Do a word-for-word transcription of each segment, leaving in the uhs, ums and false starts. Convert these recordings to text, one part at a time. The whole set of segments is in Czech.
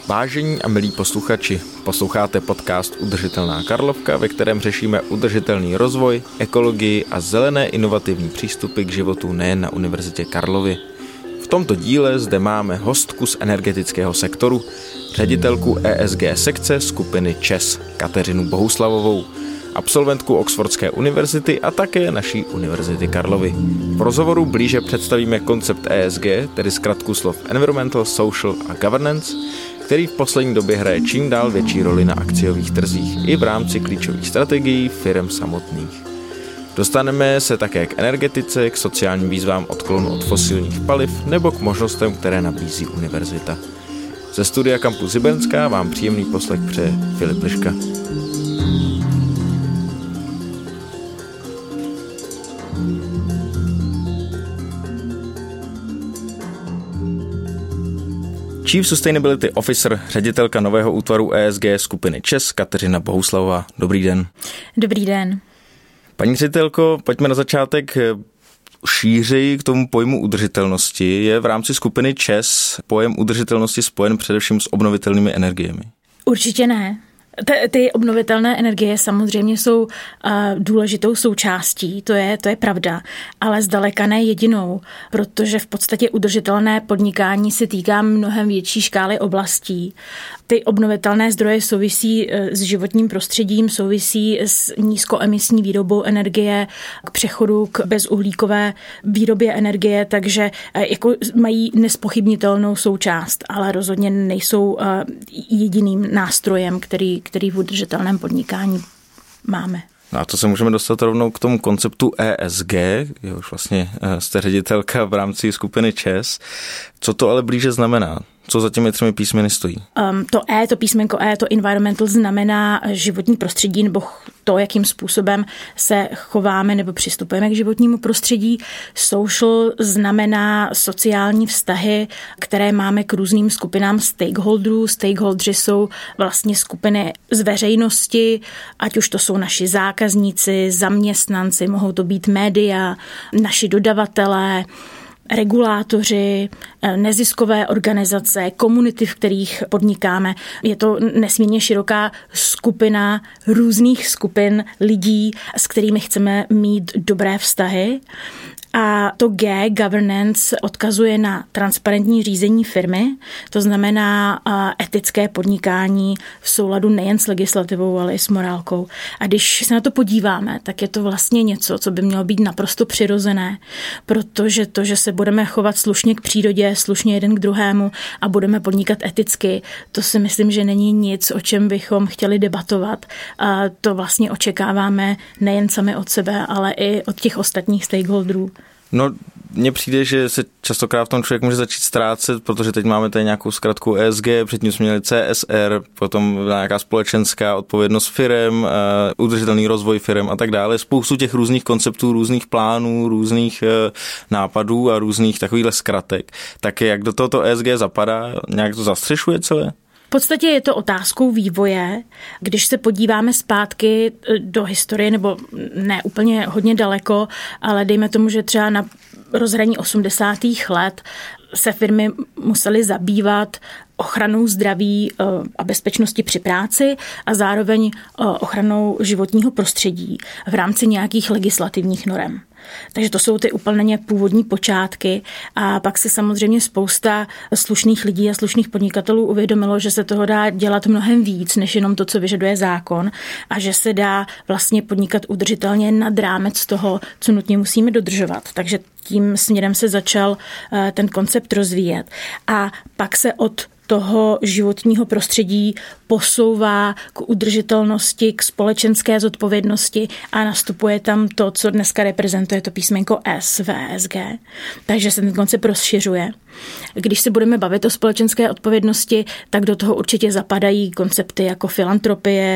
Vážení a milí posluchači, posloucháte podcast Udržitelná Karlovka, ve kterém řešíme udržitelný rozvoj, ekologii a zelené inovativní přístupy k životu nejen na Univerzitě Karlovy. V tomto díle zde máme hostku z energetického sektoru, ředitelku E S G sekce skupiny ČEZ Kateřinu Bohuslavovou, absolventku Oxfordské univerzity a také naší Univerzity Karlovy. V rozhovoru blíže představíme koncept E S G, tedy zkratku slov Environmental, Social a Governance, který v poslední době hraje čím dál větší roli na akciových trzích i v rámci klíčových strategií firem samotných. Dostaneme se také k energetice, k sociálním výzvám odklonu od fosilních paliv nebo k možnostem, které nabízí univerzita. Ze studia Campus Hybernská vám příjemný poslech přeje Filip Liška. Chief Sustainability Officer, ředitelka nového útvaru E S G skupiny ČEZ Kateřina Bohuslavová. Dobrý den. Dobrý den. Paní ředitelko, pojďme na začátek šířeji k tomu pojmu udržitelnosti. Je v rámci skupiny ČEZ pojem udržitelnosti spojen především s obnovitelnými energiemi? Určitě ne. Ty, ty obnovitelné energie samozřejmě jsou uh, důležitou součástí, to je, to je pravda, ale zdaleka ne jedinou, protože v podstatě udržitelné podnikání se týká mnohem větší škály oblastí. Ty obnovitelné zdroje souvisí s životním prostředím, souvisí s nízkoemisní výrobou energie, k přechodu k bezuhlíkové výrobě energie, takže jako mají nespochybnitelnou součást, ale rozhodně nejsou uh, jediným nástrojem, který který v udržitelném podnikání máme. No a to se můžeme dostat rovnou k tomu konceptu E S G, jehož vlastně jste ředitelka v rámci skupiny ČEZ. Co to ale blíže znamená? Co za těmi třemi písmeny stojí? Um, to E, to písmenko E, to environmental znamená životní prostředí nebo to, jakým způsobem se chováme nebo přistupujeme k životnímu prostředí. Social znamená sociální vztahy, které máme k různým skupinám stakeholderů. Stakeholdři jsou vlastně skupiny z veřejnosti, ať už to jsou naši zákazníci, zaměstnanci, mohou to být média, naši dodavatelé, regulátoři, neziskové organizace, komunity, v kterých podnikáme. Je to nesmírně široká skupina různých skupin lidí, s kterými chceme mít dobré vztahy. A to G, governance, odkazuje na transparentní řízení firmy, to znamená etické podnikání v souladu nejen s legislativou, ale i s morálkou. A když se na to podíváme, tak je to vlastně něco, co by mělo být naprosto přirozené, protože to, že se budeme chovat slušně k přírodě, slušně jeden k druhému a budeme podnikat eticky, to si myslím, že není nic, o čem bychom chtěli debatovat. A to vlastně očekáváme nejen sami od sebe, ale i od těch ostatních stakeholderů. No, mně přijde, že se častokrát v tom člověk může začít ztrácet, protože teď máme tady nějakou zkratku E S G, předtím jsme měli C S R, potom nějaká společenská odpovědnost firem, udržitelný rozvoj firem a tak dále. Spoustu těch různých konceptů, různých plánů, různých nápadů a různých takovýchhle zkratek. Tak jak do tohoto E S G zapadá, nějak to zastřešuje celé? V podstatě je to otázkou vývoje. Když se podíváme zpátky do historie, nebo ne úplně hodně daleko, ale dejme tomu, že třeba na rozhraní osmdesátých let se firmy musely zabývat ochranou zdraví a bezpečnosti při práci a zároveň ochranou životního prostředí v rámci nějakých legislativních norem. Takže to jsou ty úplně původní počátky a pak se samozřejmě spousta slušných lidí a slušných podnikatelů uvědomilo, že se toho dá dělat mnohem víc, než jenom to, co vyžaduje zákon a že se dá vlastně podnikat udržitelně nad rámec toho, co nutně musíme dodržovat. Takže tím směrem se začal ten koncept rozvíjet. A pak se od toho životního prostředí posouvá k udržitelnosti, k společenské zodpovědnosti a nastupuje tam to, co dneska reprezentuje to písmenko S v E S G. Takže se ten koncept rozšiřuje. Když se budeme bavit o společenské odpovědnosti, tak do toho určitě zapadají koncepty jako filantropie,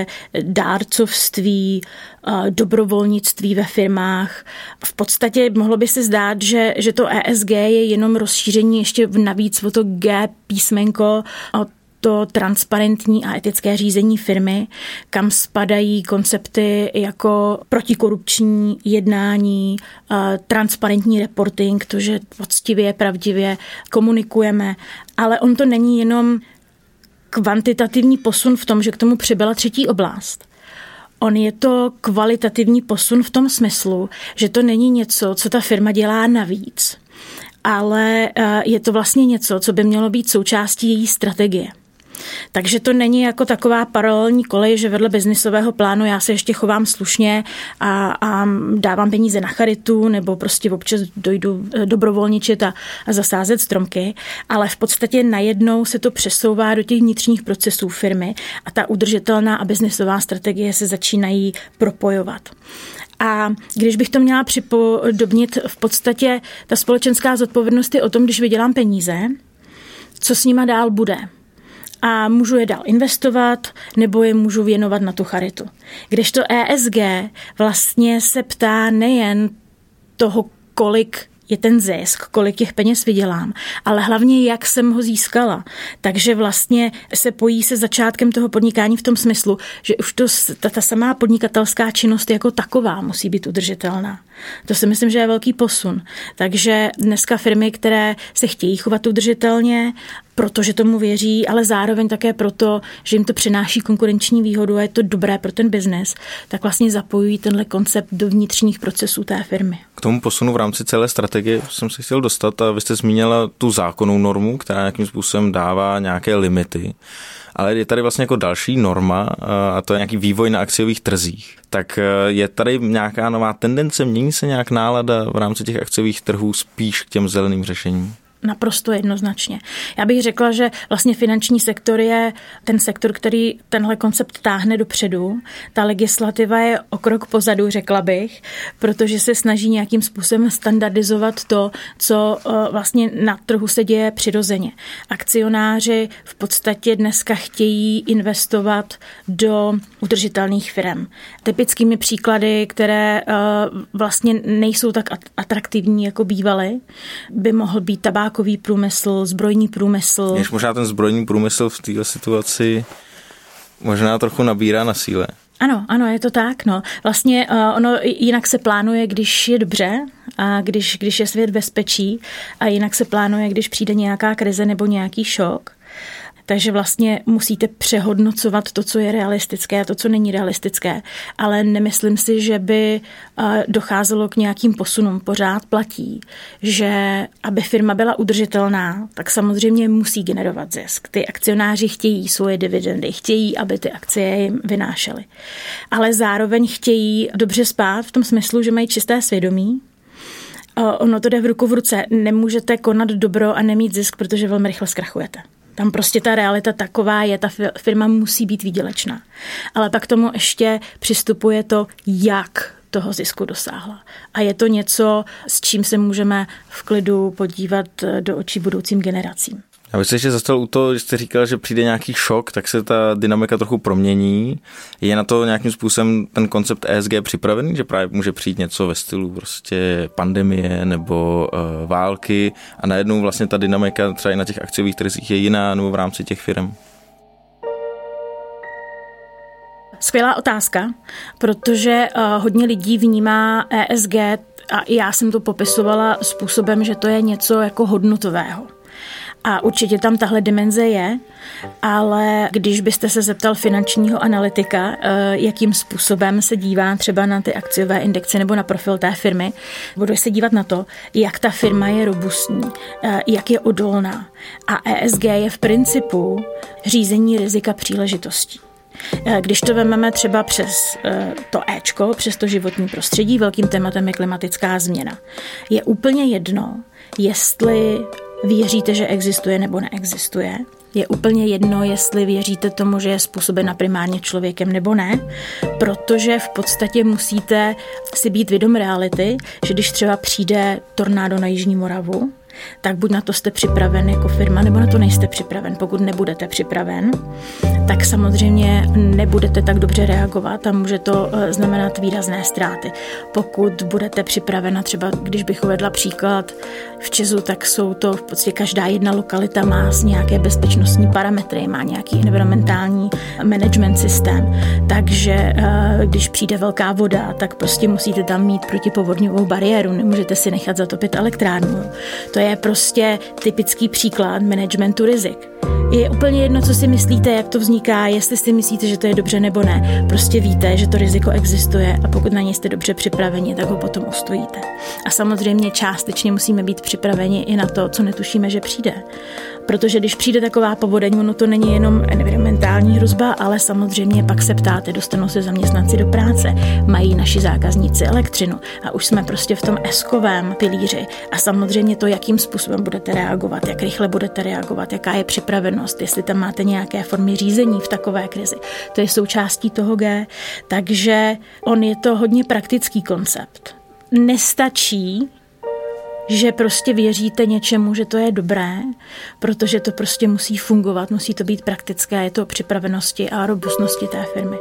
dárcovství, dobrovolnictví ve firmách. V podstatě mohlo by se zdát, že, že to E S G je jenom rozšíření ještě navíc o to G písmenko, o to transparentní a etické řízení firmy, kam spadají koncepty jako protikorupční jednání, transparentní reporting, to, že poctivě, pravdivě komunikujeme. Ale on to není jenom kvantitativní posun v tom, že k tomu přibyla třetí oblast. On je to kvalitativní posun v tom smyslu, že to není něco, co ta firma dělá navíc, ale je to vlastně něco, co by mělo být součástí její strategie. Takže to není jako taková paralelní kolej, že vedle biznisového plánu já se ještě chovám slušně a, a dávám peníze na charitu nebo prostě občas dojdu dobrovolničit a, a zasázet stromky, ale v podstatě najednou se to přesouvá do těch vnitřních procesů firmy a ta udržitelná a biznisová strategie se začínají propojovat. A když bych to měla připodobnit, v podstatě ta společenská zodpovědnost je o tom, když vydělám peníze, co s nima dál bude. A můžu je dál investovat, nebo je můžu věnovat na tu charitu. Kdežto E S G vlastně se ptá nejen toho, kolik je ten zisk, kolik těch peněz vydělám, ale hlavně, jak jsem ho získala. Takže vlastně se pojí se začátkem toho podnikání v tom smyslu, že už to, ta, ta samá podnikatelská činnost jako taková musí být udržitelná. To si myslím, že je velký posun. Takže dneska firmy, které se chtějí chovat udržitelně, protože tomu věří, ale zároveň také proto, že jim to přináší konkurenční výhodu a je to dobré pro ten biznes, tak vlastně zapojují tenhle koncept do vnitřních procesů té firmy. K tomu posunu v rámci celé strategie jsem se chtěl dostat a vy jste zmínila tu zákonnou normu, která nějakým způsobem dává nějaké limity. Ale je tady vlastně jako další norma a to je nějaký vývoj na akciových trzích. Tak je tady nějaká nová tendence, mění se nějak nálada v rámci těch akciových trhů spíš k těm zeleným řešením? Naprosto jednoznačně. Já bych řekla, že vlastně finanční sektor je ten sektor, který tenhle koncept táhne dopředu. Ta legislativa je o krok pozadu, řekla bych, protože se snaží nějakým způsobem standardizovat to, co vlastně na trhu se děje přirozeně. Akcionáři v podstatě dneska chtějí investovat do udržitelných firem. Typickými příklady, které vlastně nejsou tak atraktivní, jako bývaly, by mohl být tabák průmysl, zbrojní průmysl. Jež možná ten zbrojní průmysl v této situaci možná trochu nabírá na síle. Ano, ano, je to tak. No. Vlastně uh, ono jinak se plánuje, když je dobře a když, když je svět bezpečí a jinak se plánuje, když přijde nějaká krize nebo nějaký šok. Takže vlastně musíte přehodnocovat to, co je realistické a to, co není realistické. Ale nemyslím si, že by docházelo k nějakým posunům. Pořád platí, že aby firma byla udržitelná, tak samozřejmě musí generovat zisk. Ty akcionáři chtějí svoje dividendy, chtějí, aby ty akcie jim vynášely. Ale zároveň chtějí dobře spát v tom smyslu, že mají čisté svědomí. Ono to jde v ruku v ruce. Nemůžete konat dobro a nemít zisk, protože velmi rychle zkrachujete. Tam prostě ta realita taková je, ta firma musí být výdělečná. Ale pak tomu ještě přistupuje to, jak toho zisku dosáhla. A je to něco, s čím se můžeme v klidu podívat do očí budoucím generacím. Já bych se ještě zastal u toho, že jste říkal, že přijde nějaký šok, tak se ta dynamika trochu promění. Je na to nějakým způsobem ten koncept E S G připravený, že právě může přijít něco ve stylu prostě pandemie nebo uh, války a najednou vlastně ta dynamika třeba i na těch akciových trzích je jiná nebo v rámci těch firm? Skvělá otázka, protože uh, hodně lidí vnímá E S G a i já jsem to popisovala způsobem, že to je něco jako hodnotového. A určitě tam tahle dimenze je, ale když byste se zeptal finančního analytika, jakým způsobem se dívá třeba na ty akciové indexy nebo na profil té firmy, budu se dívat na to, jak ta firma je robustní, jak je odolná. A E S G je v principu řízení rizika příležitostí. Když to vezmeme třeba přes to Éčko, přes to životní prostředí, velkým tématem je klimatická změna. Je úplně jedno, jestli věříte, že existuje nebo neexistuje. Je úplně jedno, jestli věříte tomu, že je způsobena primárně člověkem nebo ne, protože v podstatě musíte si být vědom reality, že když třeba přijde tornádo na Jižní Moravu, tak buď na to jste připraven jako firma, nebo na to nejste připraven. Pokud nebudete připraven, tak samozřejmě nebudete tak dobře reagovat a může to znamenat výrazné ztráty. Pokud budete připravena, třeba když bych uvedla příklad v Česu, tak jsou to v podstatě každá jedna lokalita má nějaké bezpečnostní parametry, má nějaký environmentální management systém, takže když přijde velká voda, tak prostě musíte tam mít protipovodňovou bariéru, nemůžete si nechat zatopit elektrárnu. To je prostě typický příklad managementu rizik. Je úplně jedno, co si myslíte, jak to vzniká, jestli si myslíte, že to je dobře nebo ne. Prostě víte, že to riziko existuje a pokud na něj jste dobře připraveni, tak ho potom ustojíte. A samozřejmě částečně musíme být připraveni i na to, co netušíme, že přijde. Protože když přijde taková povodeň, ono to není jenom environmentální hrozba, ale samozřejmě pak se ptáte, dostanou se zaměstnanci do práce, mají naši zákazníci elektřinu a už jsme prostě v tom eskovém pilíři. A samozřejmě to, jakým způsobem budete reagovat, jak rychle budete reagovat, jaká je připravenost, jestli tam máte nějaké formy řízení v takové krizi. To je součástí toho G, takže on je to hodně praktický koncept. Nestačí, že prostě věříte něčemu, že to je dobré, protože to prostě musí fungovat, musí to být praktické, je to o připravenosti a robustnosti té firmy.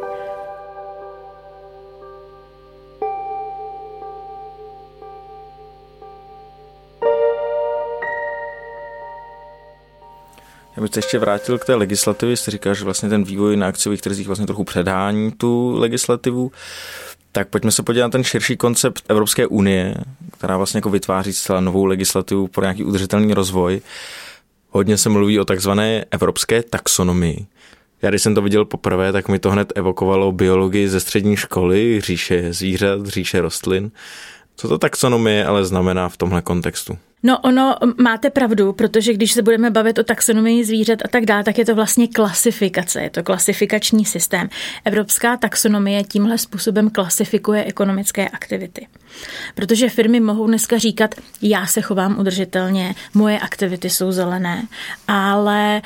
Já bych se ještě vrátil k té legislativě, jste říkal, že vlastně ten vývoj na akciových trzích vlastně trochu předhání tu legislativu. Tak pojďme se podívat na ten širší koncept Evropské unie, která vlastně jako vytváří zcela novou legislativu pro nějaký udržitelný rozvoj. Hodně se mluví o takzvané evropské taxonomii. Já když jsem to viděl poprvé, tak mi to hned evokovalo biologii ze střední školy, říše zvířat, říše rostlin. Co to taxonomie ale znamená v tomhle kontextu? No ono, máte pravdu, protože když se budeme bavit o taxonomii zvířat a tak dále, tak je to vlastně klasifikace, je to klasifikační systém. Evropská taxonomie tímhle způsobem klasifikuje ekonomické aktivity. Protože firmy mohou dneska říkat, já se chovám udržitelně, moje aktivity jsou zelené, ale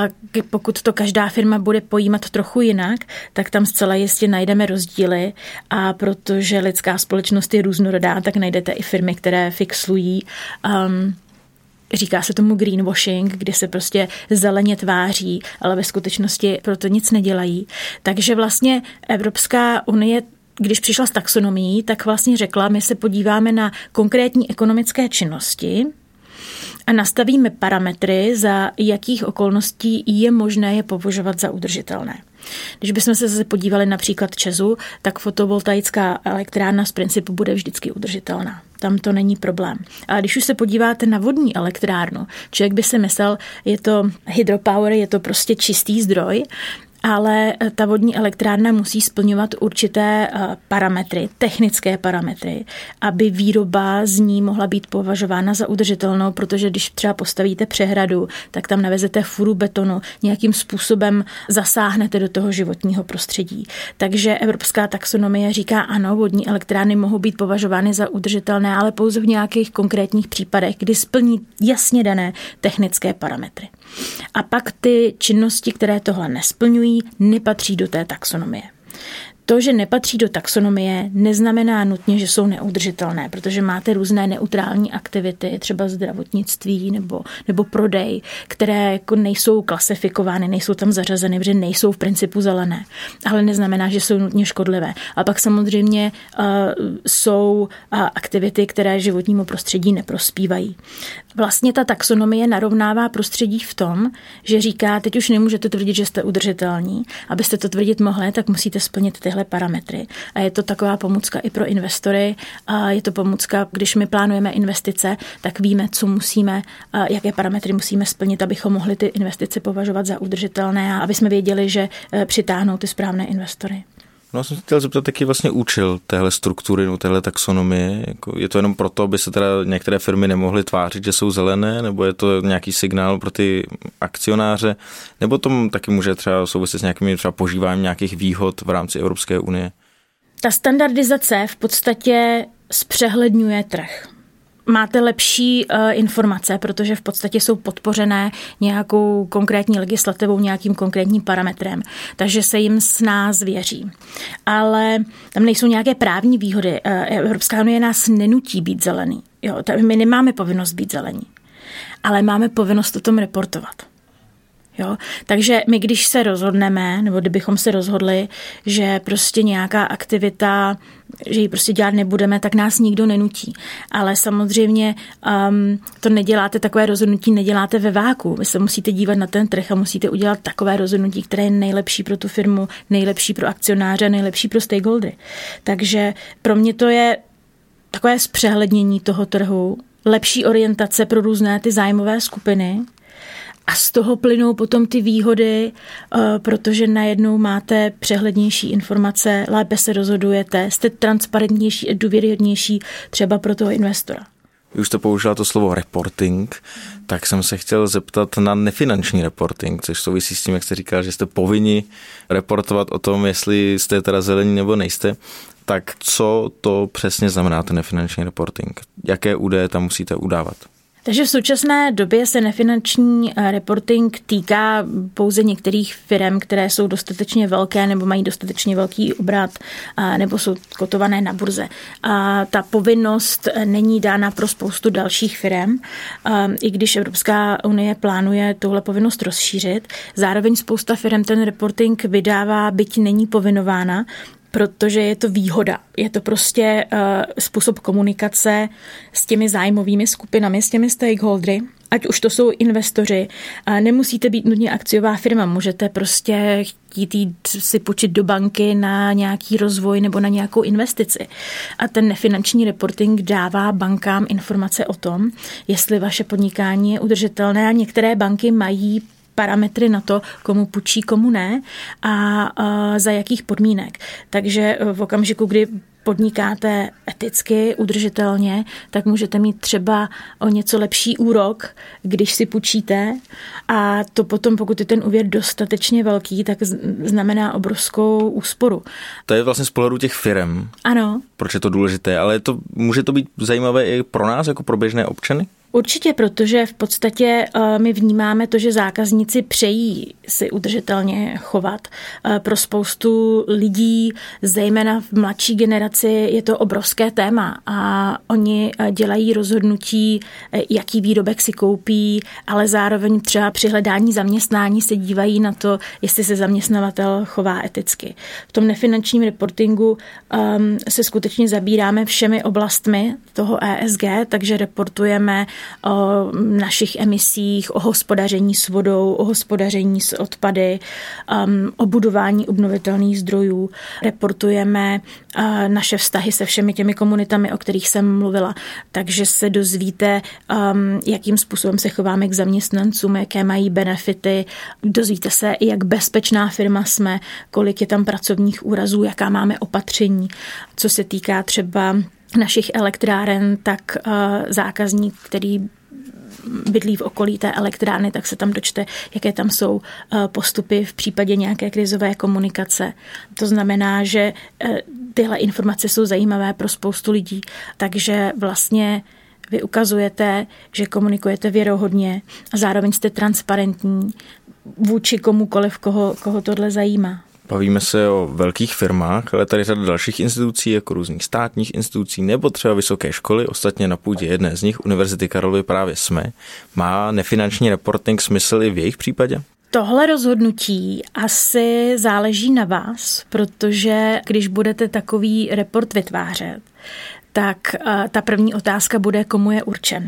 pokud to každá firma bude pojímat trochu jinak, tak tam zcela jistě najdeme rozdíly a protože lidská společnost je různorodá, tak najdete i firmy, které fixují um, říká se tomu greenwashing, kdy se prostě zeleně tváří, ale ve skutečnosti proto nic nedělají. Takže vlastně Evropská unie, když přišla s taxonomií, tak vlastně řekla, my se podíváme na konkrétní ekonomické činnosti a nastavíme parametry, za jakých okolností je možné je považovat za udržitelné. Když bychom se zase podívali například ČEZu, tak fotovoltaická elektrárna z principu bude vždycky udržitelná. Tam to není problém. A když už se podíváte na vodní elektrárnu, člověk by si myslel, je to hydropower, je to prostě čistý zdroj, ale ta vodní elektrárna musí splňovat určité parametry, technické parametry, aby výroba z ní mohla být považována za udržitelnou, protože když třeba postavíte přehradu, tak tam navezete furu betonu, nějakým způsobem zasáhnete do toho životního prostředí. Takže Evropská taxonomie říká, ano, vodní elektrárny mohou být považovány za udržitelné, ale pouze v nějakých konkrétních případech, kdy splní jasně dané technické parametry. A pak ty činnosti, které tohle nesplňují, nepatří do té taxonomie. To, že nepatří do taxonomie, neznamená nutně, že jsou neudržitelné, protože máte různé neutrální aktivity, třeba zdravotnictví nebo, nebo prodej, které jako nejsou klasifikovány, nejsou tam zařazeny, protože nejsou v principu zelené, ale neznamená, že jsou nutně škodlivé. A pak samozřejmě uh, jsou uh, aktivity, které životnímu prostředí neprospívají. Vlastně ta taxonomie narovnává prostředí v tom, že říká, teď už nemůžete tvrdit, že jste udržitelní. Abyste to tvrdit mohli, tak musíte splnit tyhle parametry. A je to taková pomůcka i pro investory. A je to pomůcka, když my plánujeme investice, tak víme, co musíme, jaké parametry musíme splnit, abychom mohli ty investice považovat za udržitelné a aby jsme věděli, že přitáhnou ty správné investory. No já jsem se chtěl zeptat, jaký vlastně účel téhle struktury, no téhle taxonomie. Jako je to jenom proto, aby se teda některé firmy nemohly tvářit, že jsou zelené, nebo je to nějaký signál pro ty akcionáře, nebo to taky může třeba souviset s nějakými třeba požíváním nějakých výhod v rámci Evropské unie? Ta standardizace v podstatě zpřehledňuje trh. Máte lepší uh, informace, protože v podstatě jsou podpořené nějakou konkrétní legislativou, nějakým konkrétním parametrem, takže se jim s nás věří. Ale tam nejsou nějaké právní výhody. Uh, Evropská unie nás nenutí být zelený. Jo, my nemáme povinnost být zelení, ale máme povinnost o tom reportovat. Jo? Takže my, když se rozhodneme, nebo kdybychom se rozhodli, že prostě nějaká aktivita, že ji prostě dělat nebudeme, tak nás nikdo nenutí. Ale samozřejmě um, to neděláte, takové rozhodnutí neděláte ve váku. Vy se musíte dívat na ten trh a musíte udělat takové rozhodnutí, které je nejlepší pro tu firmu, nejlepší pro akcionáře, nejlepší pro stakeholdery. Takže pro mě to je takové zpřehlednění toho trhu, lepší orientace pro různé ty zájmové skupiny A z toho plynou potom ty výhody, protože najednou máte přehlednější informace, lépe se rozhodujete, jste transparentnější a důvěryhodnější třeba pro toho investora. Vy už jste použila to slovo reporting, tak jsem se chtěl zeptat na nefinanční reporting, což souvisí s tím, jak jste říkal, že jste povinni reportovat o tom, jestli jste teda zelení nebo nejste. Tak co to přesně znamená ten nefinanční reporting? Jaké údaje tam musíte udávat? Takže v současné době se nefinanční reporting týká pouze některých firm, které jsou dostatečně velké nebo mají dostatečně velký obrat nebo jsou kotované na burze. A ta povinnost není dána pro spoustu dalších firm, i když Evropská unie plánuje tuhle povinnost rozšířit. Zároveň spousta firm ten reporting vydává, byť není povinována, protože je to výhoda. Je to prostě uh, způsob komunikace s těmi zájmovými skupinami, s těmi stakeholdery, ať už to jsou investoři. Uh, nemusíte být nutně akciová firma, můžete prostě chtít jít si půjčit do banky na nějaký rozvoj nebo na nějakou investici. A ten nefinanční reporting dává bankám informace o tom, jestli vaše podnikání je udržitelné, a některé banky mají parametry na to, komu půjčí, komu ne a, a za jakých podmínek. Takže v okamžiku, kdy podnikáte eticky, udržitelně, tak můžete mít třeba o něco lepší úrok, když si půjčíte, a to potom, pokud je ten úvěr dostatečně velký, tak znamená obrovskou úsporu. To je vlastně z pohledu těch firem. Ano. Proč je to důležité, ale to, může to být zajímavé i pro nás, jako pro běžné občany? Určitě, protože v podstatě my vnímáme to, že zákazníci přejí si udržitelně chovat. Pro spoustu lidí, zejména v mladší generaci, je to obrovské téma a oni dělají rozhodnutí, jaký výrobek si koupí, ale zároveň třeba při hledání zaměstnání se dívají na to, jestli se zaměstnavatel chová eticky. V tom nefinančním reportingu um, se skutečně zabíráme všemi oblastmi toho E S G, takže reportujeme o našich emisích, o hospodaření s vodou, o hospodaření s odpady, um, o budování obnovitelných zdrojů. Reportujeme uh, naše vztahy se všemi těmi komunitami, o kterých jsem mluvila. Takže se dozvíte, um, jakým způsobem se chováme k zaměstnancům, jaké mají benefity. Dozvíte se, jak bezpečná firma jsme, kolik je tam pracovních úrazů, jaká máme opatření. Co se týká třeba našich elektráren, tak uh, zákazník, který bydlí v okolí té elektrárny, tak se tam dočte, jaké tam jsou uh, postupy v případě nějaké krizové komunikace. To znamená, že uh, tyhle informace jsou zajímavé pro spoustu lidí, takže vlastně vy ukazujete, že komunikujete věrohodně a zároveň jste transparentní vůči komukoliv, koho, koho tohle zajímá. Bavíme se o velkých firmách, ale tady řada dalších institucí, jako různých státních institucí nebo třeba vysoké školy, ostatně na půdě jedné z nich, Univerzity Karlovy právě jsme. Má nefinanční reporting smysl i v jejich případě? Tohle rozhodnutí asi záleží na vás, protože když budete takový report vytvářet, tak ta první otázka bude, komu je určen.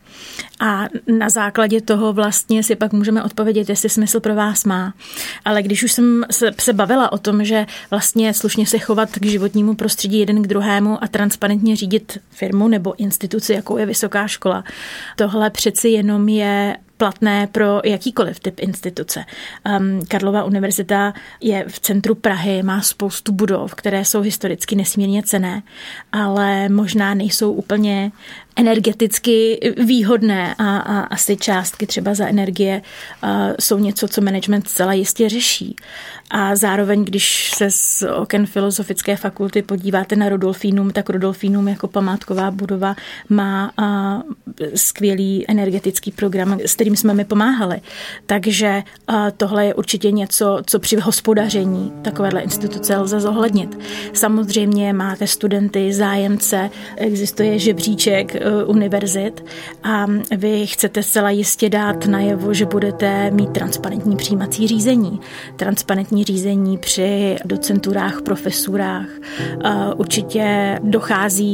A na základě toho vlastně si pak můžeme odpovědět, jestli smysl pro vás má. Ale když už jsem se, se bavila o tom, že vlastně slušně se chovat k životnímu prostředí jeden k druhému a transparentně řídit firmu nebo instituci, jakou je vysoká škola, tohle přeci jenom je platné pro jakýkoliv typ instituce. Um, Karlova univerzita je v centru Prahy, má spoustu budov, které jsou historicky nesmírně cenné, ale možná nejsou úplně energeticky výhodné a, a asi částky třeba za energie uh, jsou něco, co management zcela jistě řeší. A zároveň, když se z oken Filozofické fakulty podíváte na Rudolfínum, tak Rudolfínum jako památková budova má uh, skvělý energetický program, s kterým jsme mi pomáhali. Takže uh, tohle je určitě něco, co při hospodaření takovéhle instituce lze zohlednit. Samozřejmě máte studenty, zájemce, existuje žebříček uh, univerzit a vy chcete zcela jistě dát najevo, že budete mít transparentní přijímací řízení. Transparentní řízení při docenturách, profesurách. Uh, určitě dochází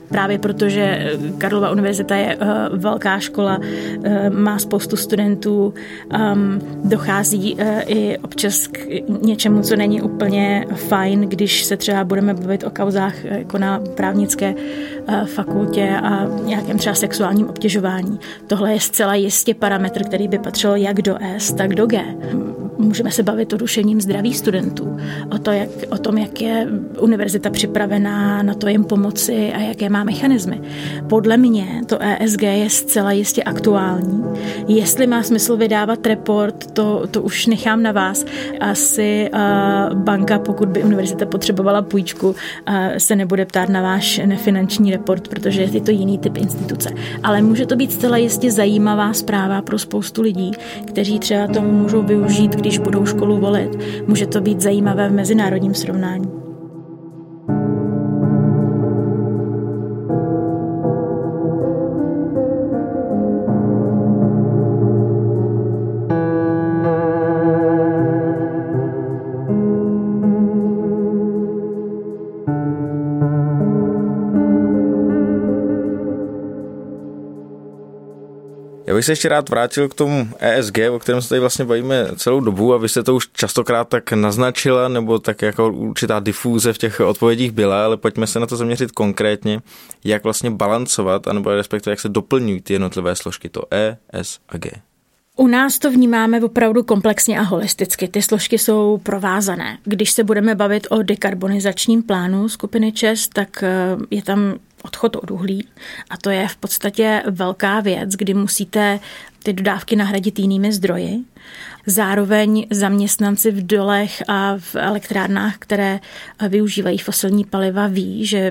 právě protože Karlova univerzita je uh, velká škola, uh, má spoustu studentů, um, dochází uh, i občas k něčemu, co není úplně fajn, když se třeba budeme bavit o kauzách jako na právnické uh, fakultě a nějakém třeba sexuálním obtěžování. Tohle je zcela jistě parametr, který by patřil jak do S, tak do G. Můžeme se bavit o duševním zdraví studentů, o, to, jak, o tom, jak je univerzita připravená na to jim pomoci a jaké má mechanismy. Podle mě to E S G je zcela jistě aktuální. Jestli má smysl vydávat report, to, to už nechám na vás. Asi uh, banka, pokud by univerzita potřebovala půjčku, uh, se nebude ptát na váš nefinanční report, protože je to jiný typ instituce. Ale může to být zcela jistě zajímavá zpráva pro spoustu lidí, kteří třeba to můžou využít, když budou školu volit. Může to být zajímavé v mezinárodním srovnání. Já bych se ještě rád vrátil k tomu E S G, o kterém se tady vlastně bavíme celou dobu a vy jste to už častokrát tak naznačila, nebo tak jako určitá difúze v těch odpovědích byla, ale pojďme se na to zaměřit konkrétně, jak vlastně balancovat, anebo respektive jak se doplňují ty jednotlivé složky, to E, S a G. U nás to vnímáme opravdu komplexně a holisticky. Ty složky jsou provázané. Když se budeme bavit o dekarbonizačním plánu skupiny ČEZ, tak je tam odchod od uhlí a to je v podstatě velká věc, kdy musíte ty dodávky nahradit jinými zdroji. Zároveň zaměstnanci v dolech a v elektrárnách, které využívají fosilní paliva, ví, že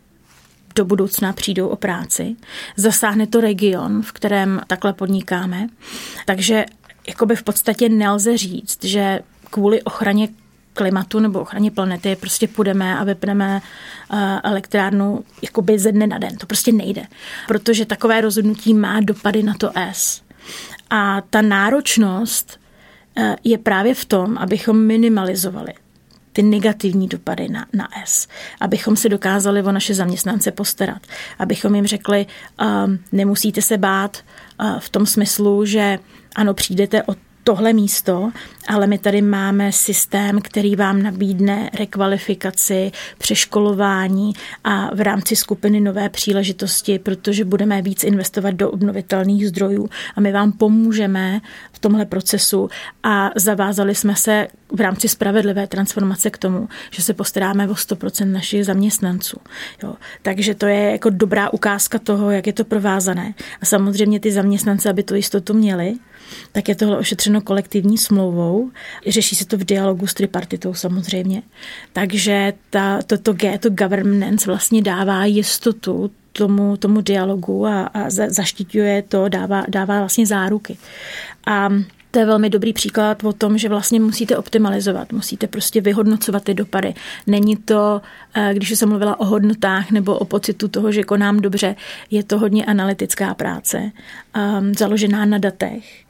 do budoucna přijdou o práci. Zasáhne to region, v kterém takhle podnikáme. Takže jakoby v podstatě nelze říct, že kvůli ochraně klimatu nebo ochraně planety prostě půjdeme a vypneme elektrárnu jakoby ze dne na den. To prostě nejde. Protože takové rozhodnutí má dopady na to S. A ta náročnost je právě v tom, abychom minimalizovali ty negativní dopady na, na S, abychom se dokázali o naše zaměstnance postarat, abychom jim řekli, um, nemusíte se bát uh, v tom smyslu, že ano, přijdete o tohle místo, ale my tady máme systém, který vám nabídne rekvalifikaci, přeškolování a v rámci skupiny nové příležitosti, protože budeme víc investovat do obnovitelných zdrojů a my vám pomůžeme v tomhle procesu a zavázali jsme se v rámci spravedlivé transformace k tomu, že se postaráme o sto procent našich zaměstnanců. Jo. Takže to je jako dobrá ukázka toho, jak je to provázané. A samozřejmě ty zaměstnance, aby tu jistotu měli, tak je tohle ošetřeno kolektivní smlouvou. Řeší se to v dialogu s tripartitou samozřejmě. Takže ta, toto G, to governance vlastně dává jistotu tomu, tomu dialogu a, a zaštiťuje to, dává, dává vlastně záruky. A to je velmi dobrý příklad o tom, že vlastně musíte optimalizovat, musíte prostě vyhodnocovat ty dopady. Není to, když jsem mluvila o hodnotách nebo o pocitu toho, že konám dobře, je to hodně analytická práce, um, založená na datech,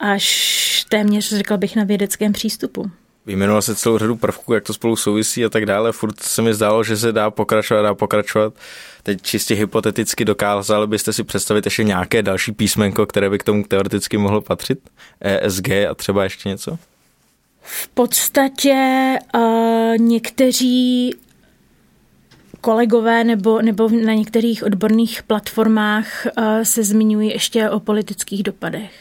až téměř, řekla bych, na vědeckém přístupu. Vyjmenoval se celou řadu prvků, jak to spolu souvisí a tak dále. Furt se mi zdálo, že se dá pokračovat, dá pokračovat. Teď čistě hypoteticky dokázali byste si představit ještě nějaké další písmenko, které by k tomu teoreticky mohlo patřit? E S G a třeba ještě něco? V podstatě uh, někteří kolegové nebo, nebo na některých odborných platformách uh, se zmiňují ještě o politických dopadech.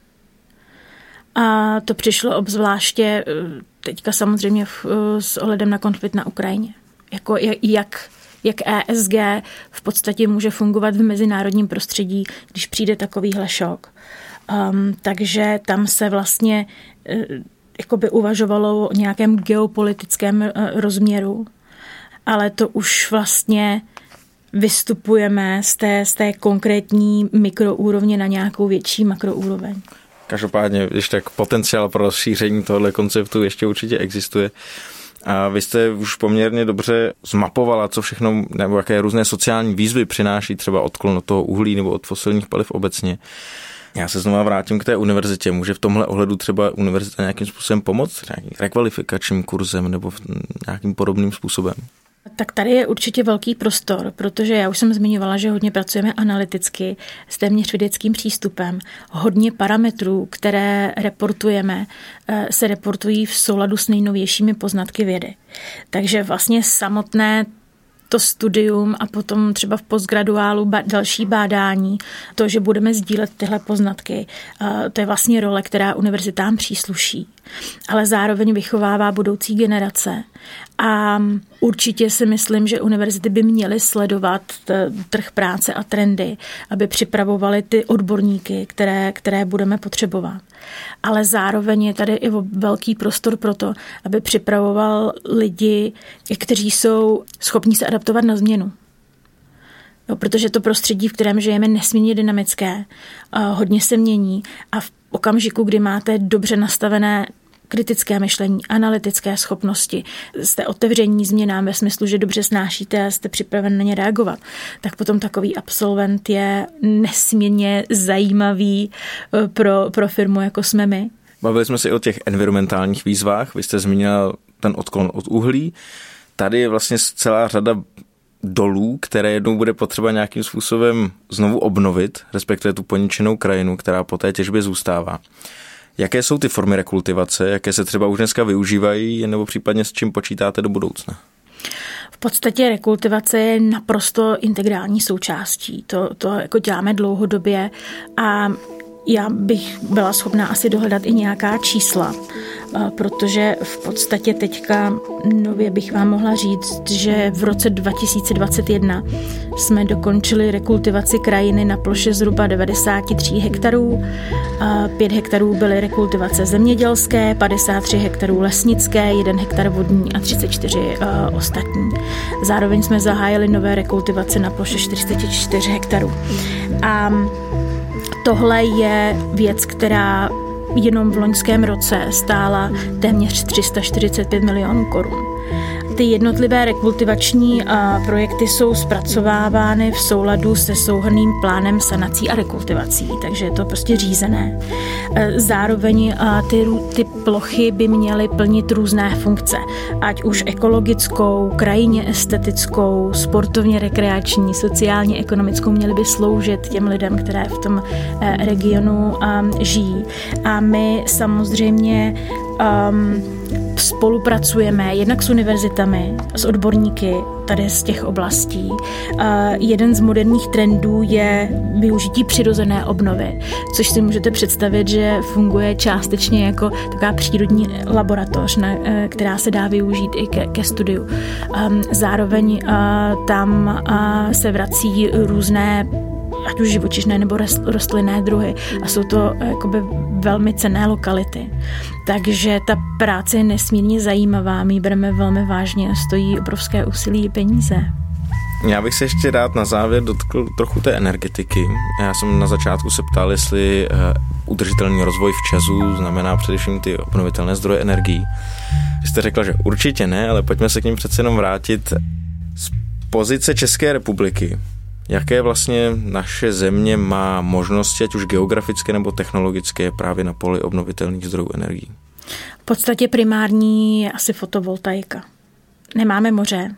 A to přišlo obzvláště teďka samozřejmě v, s ohledem na konflikt na Ukrajině. Jako jak, jak E S G v podstatě může fungovat v mezinárodním prostředí, když přijde takovýhle šok. Um, takže tam se vlastně uh, jakoby uvažovalo o nějakém geopolitickém uh, rozměru, ale to už vlastně vystupujeme z té, z té konkrétní mikroúrovně na nějakou větší makroúroveň. Každopádně, když tak potenciál pro rozšíření tohoto konceptu ještě určitě existuje. A vy jste už poměrně dobře zmapovala, co všechno, nebo jaké různé sociální výzvy přináší třeba odklon od toho uhlí nebo od fosilních paliv obecně. Já se znovu vrátím k té univerzitě. Může v tomhle ohledu třeba univerzita nějakým způsobem pomoct? Nějakým rekvalifikačním kurzem nebo nějakým podobným způsobem? Tak tady je určitě velký prostor, protože já už jsem zmiňovala, že hodně pracujeme analyticky s téměř vědeckým přístupem. Hodně parametrů, které reportujeme, se reportují v souladu s nejnovějšími poznatky vědy. Takže vlastně samotné to studium a potom třeba v postgraduálu ba- další bádání, to, že budeme sdílet tyhle poznatky, to je vlastně role, která univerzitám přísluší, ale zároveň vychovává budoucí generace. A určitě si myslím, že univerzity by měly sledovat trh práce a trendy, aby připravovaly ty odborníky, které, které budeme potřebovat. Ale zároveň je tady i velký prostor pro to, aby připravoval lidi, kteří jsou schopní se adaptovat na změnu. Jo, protože to prostředí, v kterém žijeme, je nesmírně dynamické, hodně se mění a v okamžiku, kdy máte dobře nastavené kritické myšlení, analytické schopnosti, jste otevření změnám ve smyslu, že dobře snášíte a jste připraven na ně reagovat, tak potom takový absolvent je nesmírně zajímavý pro, pro firmu, jako jsme my. Bavili jsme si o těch environmentálních výzvách, vy jste zmínil ten odklon od uhlí. Tady je vlastně celá řada dolů, které jednou bude potřeba nějakým způsobem znovu obnovit, respektive tu poničenou krajinu, která po té těžbě zůstává. Jaké jsou ty formy rekultivace, jaké se třeba už dneska využívají, nebo případně s čím počítáte do budoucna? V podstatě rekultivace je naprosto integrální součástí. To, to jako děláme dlouhodobě a já bych byla schopná asi dohledat i nějaká čísla, protože v podstatě teďka nově bych vám mohla říct, že v roce dva tisíce dvacet jedna jsme dokončili rekultivaci krajiny na ploše zhruba devadesát tři hektarů. pět hektarů byly rekultivace zemědělské, padesát tři hektarů lesnické, jeden hektar vodní a třicet čtyři ostatní. Zároveň jsme zahájili nové rekultivace na ploše čtyřicet čtyři hektarů. A tohle je věc, která jenom v loňském roce stála téměř tři sta čtyřicet pět milionů korun. Ty jednotlivé rekultivační projekty jsou zpracovávány v souladu se souhrnným plánem sanací a rekultivací, takže je to prostě řízené. Zároveň ty, ty plochy by měly plnit různé funkce, ať už ekologickou, krajině estetickou, sportovně rekreační, sociálně ekonomickou, měly by sloužit těm lidem, které v tom regionu žijí. A my samozřejmě um, spolupracujeme jednak s univerzitami, s odborníky tady z těch oblastí. Uh, jeden z moderních trendů je využití přirozené obnovy, což si můžete představit, že funguje částečně jako taková přírodní laboratoř, na, uh, která se dá využít i ke, ke studiu. Um, zároveň uh, tam uh, se vrací různé ať už živočišné nebo rostlinné druhy a jsou to jakoby velmi cenné lokality. Takže ta práce je nesmírně zajímavá, my ji bereme velmi vážně a stojí obrovské úsilí a peníze. Já bych se ještě rád na závěr dotkl trochu té energetiky. Já jsem na začátku se ptal, jestli uh, udržitelný rozvoj v ČEZu znamená především ty obnovitelné zdroje energií. Vy jste řekla, že určitě ne, ale pojďme se k nim přece jenom vrátit z pozice České republiky. Jaké vlastně naše země má možnosti, ať už geografické nebo technologické, právě na poli obnovitelných zdrojů energií? V podstatě primární je asi fotovoltaika. Nemáme moře.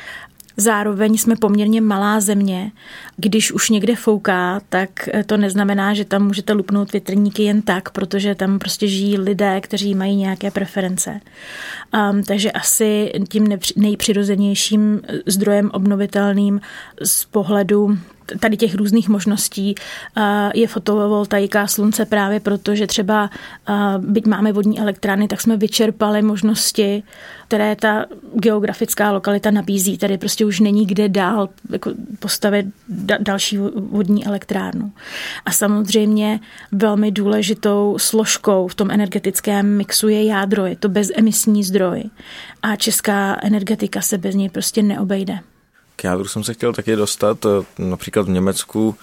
Zároveň jsme poměrně malá země. Když už někde fouká, tak to neznamená, že tam můžete lupnout větrníky jen tak, protože tam prostě žijí lidé, kteří mají nějaké preference. Um, takže asi tím nejpřirozenějším zdrojem obnovitelným z pohledu tady těch různých možností je fotovoltaika, slunce právě proto, že třeba byť máme vodní elektrárny, tak jsme vyčerpali možnosti, které ta geografická lokalita nabízí. Tady prostě už není kde dál jako postavit da- další vodní elektrárnu. A samozřejmě velmi důležitou složkou v tom energetickém mixu je jádro, je to bezemisní zdroj. A česká energetika se bez něj prostě neobejde. K jádru jsem se chtěl taky dostat, například v Německu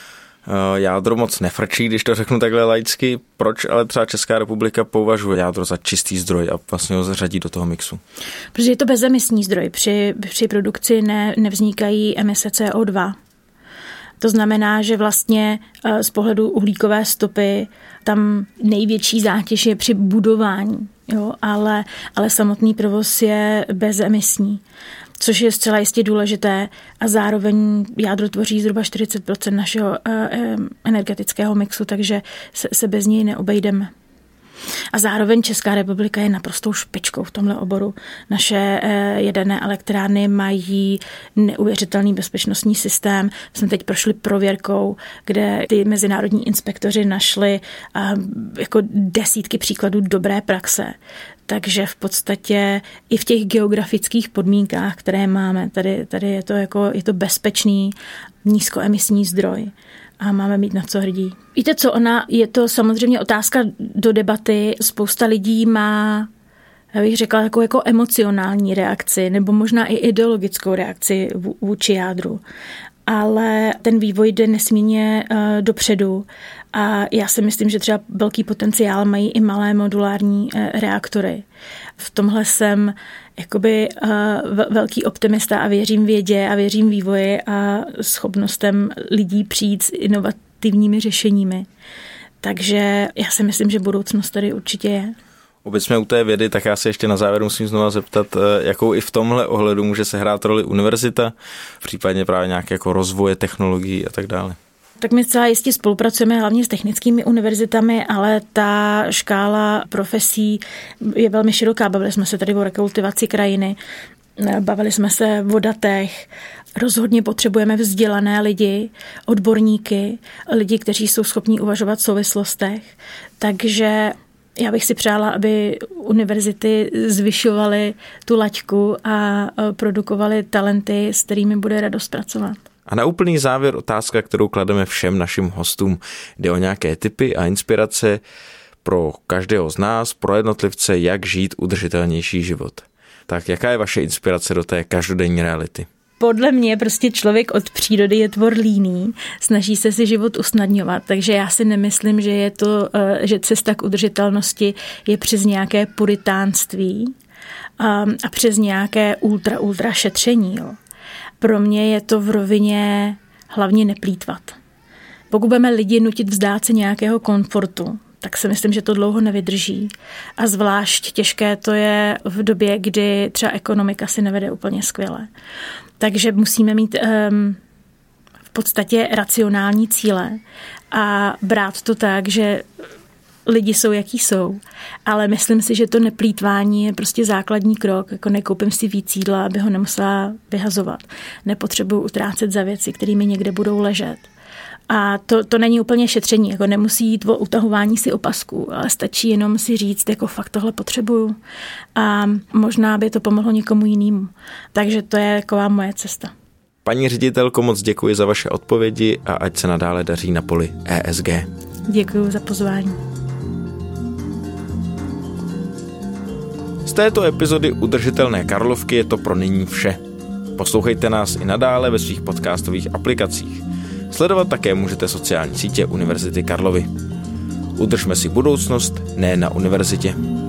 jádro moc nefrčí, když to řeknu takhle laicky. Proč ale třeba Česká republika považuje jádro za čistý zdroj a vlastně ho zařadí do toho mixu? Protože je to bezemisní zdroj. Při, při produkci ne, nevznikají emise C O dva. To znamená, že vlastně z pohledu uhlíkové stopy tam největší zátěž je při budování, jo? Ale, ale samotný provoz je bezemisní. což je zcela jistě důležité a zároveň jádro tvoří zhruba čtyřicet procent našeho energetického mixu, takže se, se bez něj neobejdeme. A zároveň Česká republika je naprostou špičkou v tomhle oboru. Naše jaderné elektrárny mají neuvěřitelný bezpečnostní systém. Jsme teď prošli prověrkou, kde ty mezinárodní inspektoři našli jako desítky příkladů dobré praxe. Takže v podstatě i v těch geografických podmínkách, které máme, tady, tady je to jako je to bezpečný nízkoemisní zdroj. A máme mít na co hrdí. Víte co, ona je to samozřejmě otázka do debaty. Spousta lidí má, já bych řekla, takovou jako emocionální reakci nebo možná i ideologickou reakci vůči jádru. Ale ten vývoj jde nesmírně uh, dopředu a já si myslím, že třeba velký potenciál mají i malé modulární uh, reaktory. V tomhle jsem jakoby uh, velký optimista a věřím vědě a věřím vývoji a schopnostem lidí přijít s inovativními řešeními. Takže já si myslím, že budoucnost tady určitě je. Oběť jsme u té vědy, tak já se ještě na závěr musím znovu zeptat, jakou i v tomhle ohledu může se hrát roli univerzita, případně právě nějaké jako rozvoje technologií a tak dále. Tak my celá jistě spolupracujeme hlavně s technickými univerzitami, ale ta škála profesí je velmi široká. Bavili jsme se tady o rekultivaci krajiny, bavili jsme se o datech. Rozhodně potřebujeme vzdělané lidi, odborníky, lidi, kteří jsou schopní uvažovat v souvislostech. Takže já bych si přála, aby univerzity zvyšovaly tu laťku a produkovaly talenty, s kterými bude radost pracovat. A na úplný závěr otázka, kterou klademe všem našim hostům. Jde o nějaké tipy a inspirace pro každého z nás, pro jednotlivce, jak žít udržitelnější život. Tak jaká je vaše inspirace do té každodenní reality? Podle mě prostě člověk od přírody je tvor líný, snaží se si život usnadňovat, takže já si nemyslím, že je to, že cesta k udržitelnosti je přes nějaké puritánství a přes nějaké ultra, ultra šetření. Jo. Pro mě je to v rovině hlavně neplýtvat. Pokud budeme lidi nutit vzdát se nějakého komfortu, tak si myslím, že to dlouho nevydrží. A zvlášť těžké to je v době, kdy třeba ekonomika si nevede úplně skvěle. Takže musíme mít um, v podstatě racionální cíle a brát to tak, že lidi jsou, jaký jsou. Ale myslím si, že to neplýtvání je prostě základní krok. Jako nekoupím si víc jídla, aby ho nemusela vyhazovat. Nepotřebuji utrácet za věci, které mi někde budou ležet. A to, to není úplně šetření, jako nemusí jít o utahování si opasků, ale stačí jenom si říct, jako fakt tohle potřebuju a možná by to pomohlo někomu jinému. Takže to je taková moje cesta. Paní ředitelko, moc děkuji za vaše odpovědi a ať se nadále daří na poli E S G. Děkuji za pozvání. Z této epizody Udržitelné Karlovky je to pro nyní vše. Poslouchejte nás i nadále ve svých podcastových aplikacích. Sledovat také můžete sociální sítě Univerzity Karlovy. Udržme si budoucnost, ne na univerzitě.